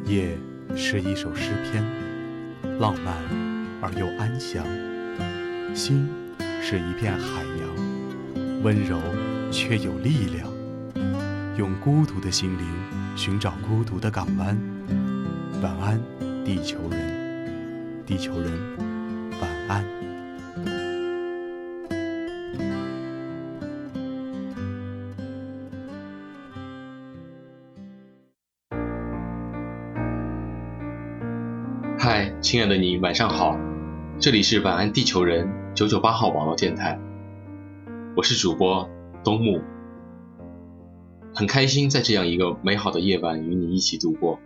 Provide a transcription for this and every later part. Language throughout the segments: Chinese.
夜是一首诗篇，浪漫而又安详；心是一片海洋，温柔却有力量。用孤独的心灵寻找孤独的港湾。晚安，地球人，地球人，晚安。 嗨，亲爱的你，晚上好，这里是晚安地球人998号网络电台，我是主播东木，很开心在这样一个美好的夜晚与你一起度过。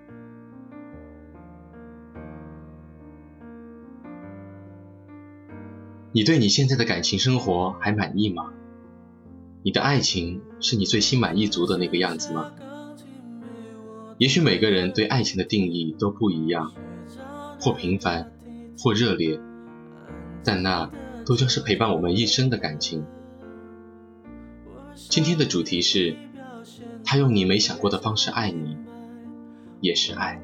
你对你现在的感情生活还满意吗？你的爱情是你最心满意足的那个样子吗？也许每个人对爱情的定义都不一样，或平凡，或热烈，但那都将是陪伴我们一生的感情。今天的主题是，他用你没想过的方式爱你，也是爱。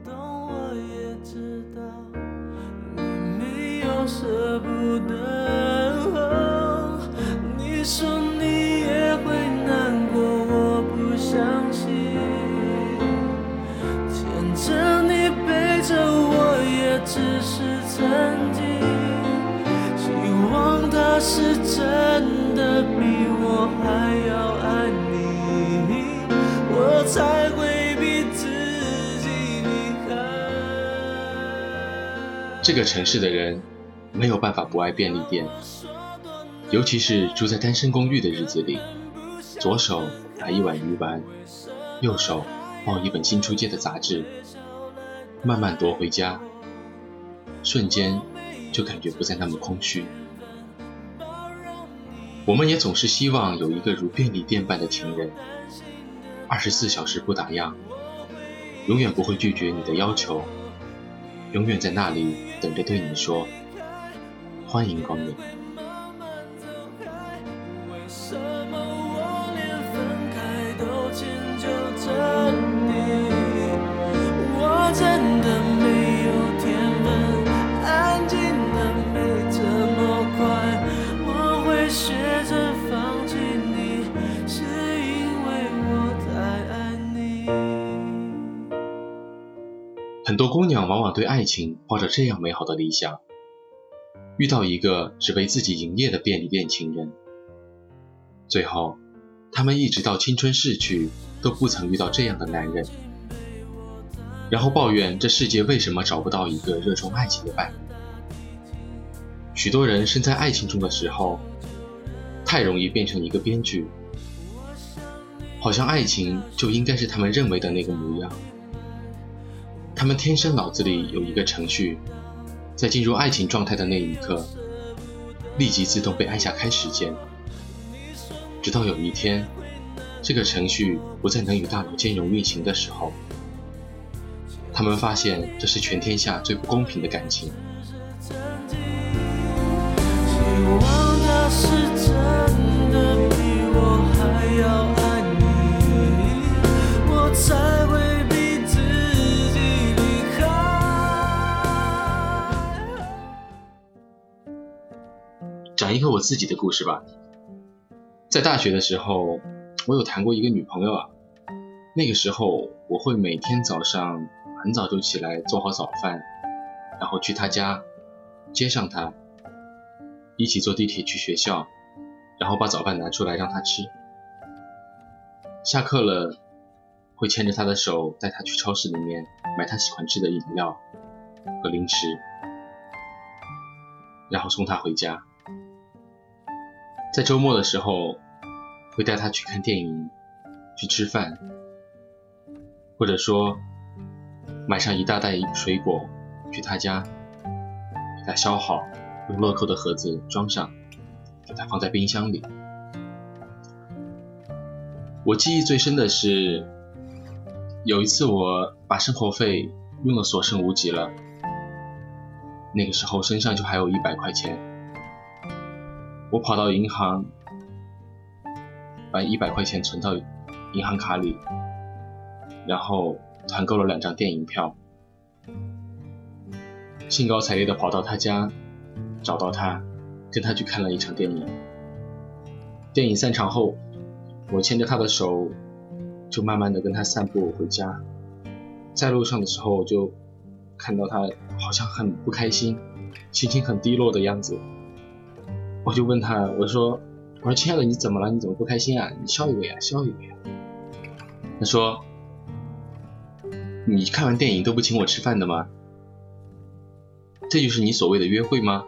舍不得，你说你也会难过，我不相信，牵着你背着我也只是曾经，希望他是真的比我还要爱你，我才会逼自己离开。 这个城市的人没有办法不爱便利店，尤其是住在单身公寓的日子里，左手拿一碗鱼丸，右手抱一本新出街的杂志，慢慢踱回家，瞬间就感觉不再那么空虚。我们也总是希望有一个如便利店般的情人，24小时不打烊，永远不会拒绝你的要求，永远在那里等着对你说欢迎光临。 为什么我连分开都迁就着你？我真的没有天分，安静的没这么快，我会学着放弃你，是因为我太爱你。 很多姑娘往往对爱情抱着这样美好的理想，遇到一个只为自己营业的便利店情人，最后他们一直到青春逝去都不曾遇到这样的男人，然后抱怨这世界为什么找不到一个热衷爱情的伴侣。许多人身在爱情中的时候，太容易变成一个编剧，好像爱情就应该是他们认为的那个模样。他们天生脑子里有一个程序，在进入爱情状态的那一刻，立即自动被按下开始键，直到有一天，这个程序不再能与大脑兼容运行的时候，他们发现这是全天下最不公平的感情。 希望他是真的比我还要爱你，我才会逼自己离开。 讲一个我自己的故事吧。在大学的时候，我有谈过一个女朋友啊。那个时候我会每天早上很早就起来做好早饭，然后去她家接上她，一起坐地铁去学校，然后把早饭拿出来让她吃。下课了会牵着她的手带她去超市里面买她喜欢吃的饮料和零食，然后送她回家。在周末的时候会带她去看电影，去吃饭，或者说买上一大袋水果去她家，给她削好，用乐扣的盒子装上，给她放在冰箱里。我记忆最深的是，有一次我把生活费用得所剩无几了，那个时候身上就还有100块钱，我跑到银行把100块钱存到银行卡里，然后团购了2张电影票， 兴高采烈地跑到他家，找到他，跟他去看了一场电影。电影散场后，我牵着他的手，就慢慢地跟他散步回家。在路上的时候，就看到他好像很不开心，心情很低落的样子。我就问他，我说亲爱的，你怎么了？你怎么不开心啊？你笑一个呀，笑一个呀。他说，你看完电影都不请我吃饭的吗？这就是你所谓的约会吗？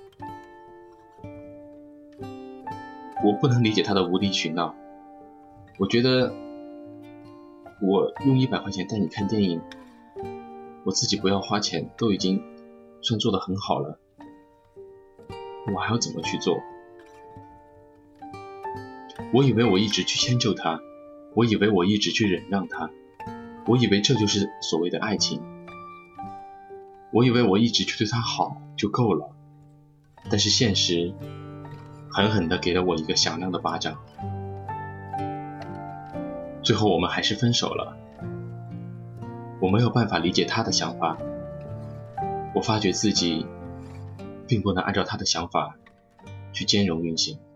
我不能理解他的无理取闹。我觉得我用100块钱带你看电影，我自己不要花钱都已经算做得很好了，我还要怎么去做？我以为我一直去迁就他，我以为我一直去忍让他，我以为这就是所谓的爱情，我以为我一直去对他好就够了。但是现实狠狠地给了我一个响亮的巴掌，最后我们还是分手了。我没有办法理解他的想法，我发觉自己并不能按照他的想法去兼容运行。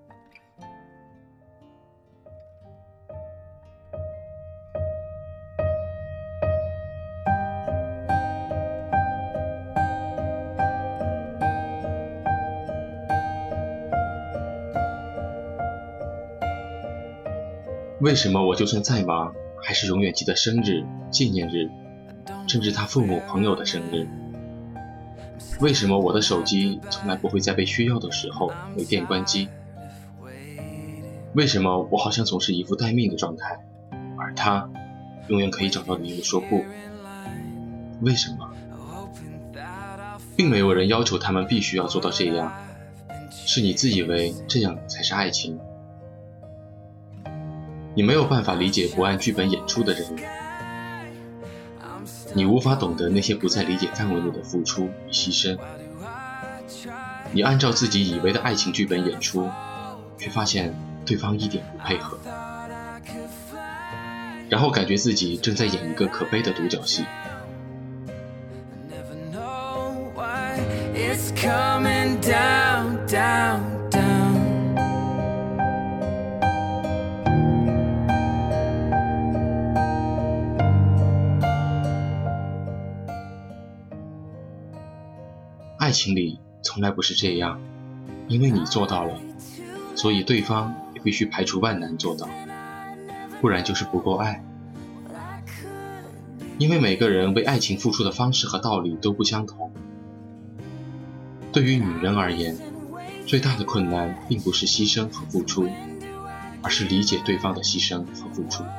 为什么我就算再忙，还是永远记得生日、纪念日，甚至他父母朋友的生日？为什么我的手机从来不会在被需要的时候没电关机？为什么我好像总是一副待命的状态，而他永远可以找到理由说不？为什么？并没有人要求他们必须要做到这样，是你自以为这样才是爱情。你没有办法理解不按剧本演出的人，你无法懂得那些不在理解范围内的付出与牺牲。你按照自己以为的爱情剧本演出，却发现对方一点不配合，然后感觉自己正在演一个可悲的独角戏。爱情里从来不是这样，因为你做到了，所以对方也必须排除万难做到，不然就是不够爱。因为每个人为爱情付出的方式和道理都不相同。对于女人而言，最大的困难并不是牺牲和付出，而是理解对方的牺牲和付出。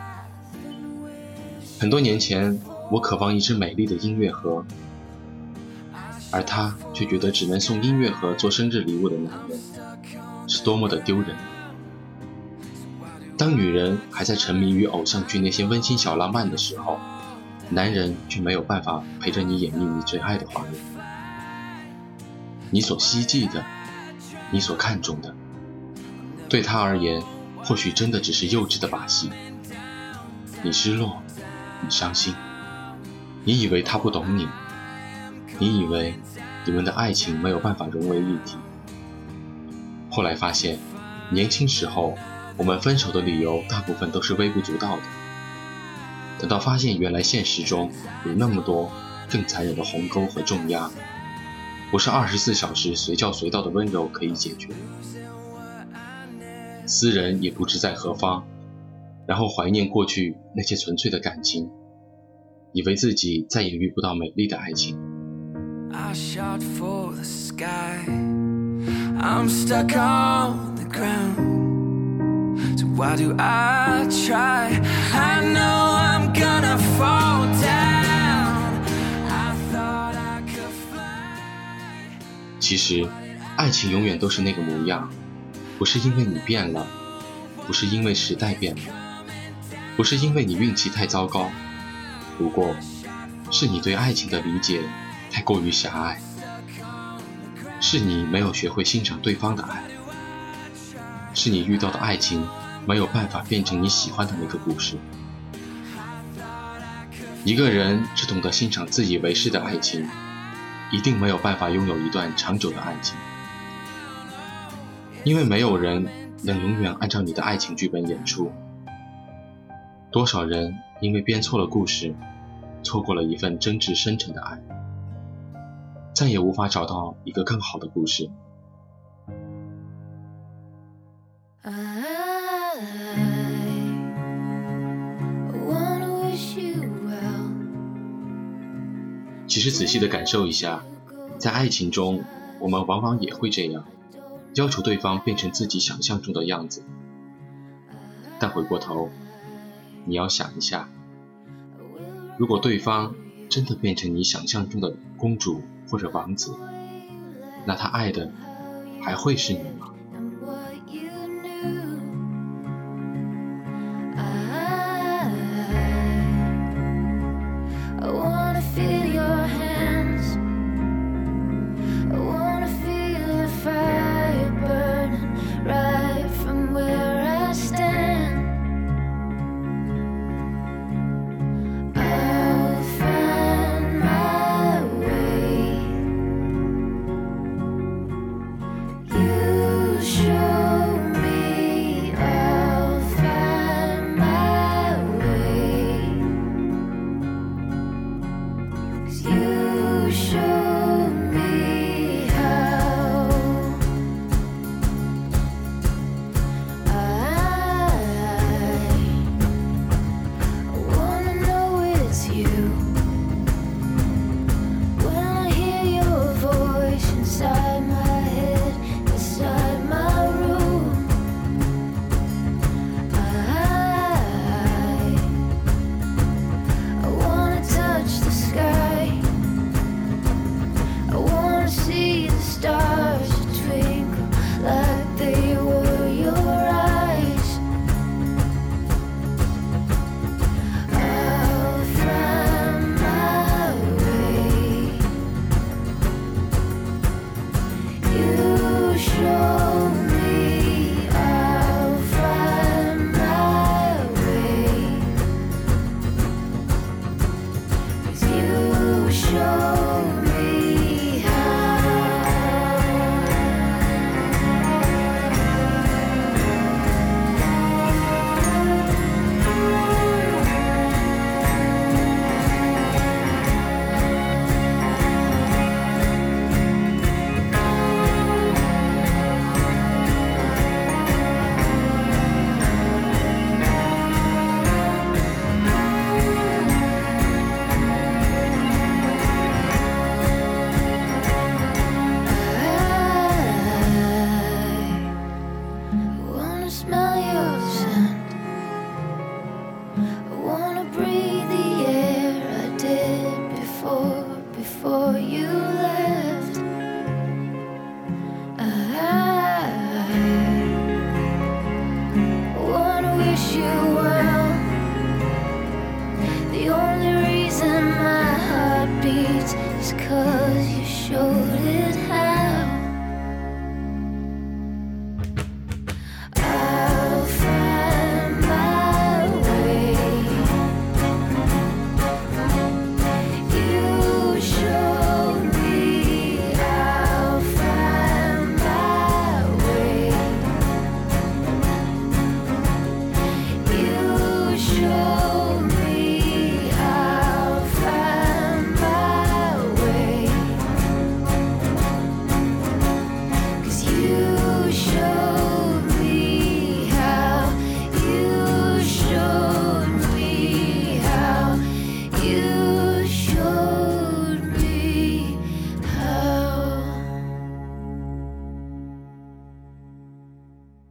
很多年前，我渴望一只美丽的音乐盒，而他却觉得只能送音乐盒做生日礼物的男人是多么的丢人。当女人还在沉迷于偶像剧那些温馨小浪漫的时候，男人却没有办法陪着你演绎你最爱的画面。你所希冀的，你所看重的，对他而言或许真的只是幼稚的把戏。你失落，你伤心，你以为他不懂你，你以为你们的爱情没有办法融为一体。后来发现，年轻时候我们分手的理由大部分都是微不足道的。等到发现原来现实中有那么多更残忍的鸿沟和重压，不是24小时随叫随到的温柔可以解决。斯人也不知在何方，然后怀念过去那些纯粹的感情，以为自己再也遇不到美丽的爱情。 I shot for the sky, I'm stuck on the ground, so why do I try? I know I'm gonna fall down, I thought I could fly. 其实爱情永远都是那个模样，不是因为你变了，不是因为时代变了，不是因为你运气太糟糕，不过是你对爱情的理解太过于狭隘，是你没有学会欣赏对方的爱，是你遇到的爱情没有办法变成你喜欢的那个故事。一个人只懂得欣赏自以为是的爱情， 一定没有办法拥有一段长久的爱情，因为没有人能永远按照你的爱情剧本演出。多少人因为编错了故事，错过了一份真挚深沉的爱，再也无法找到一个更好的故事。其实仔细的感受一下，在爱情中，我们往往也会这样，要求对方变成自己想象中的样子。但回过头，你要想一下，如果对方真的变成你想象中的公主或者王子，那他爱的还会是你吗？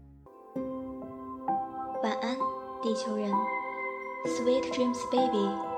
晚安，地球人 ，Sweet dreams, baby。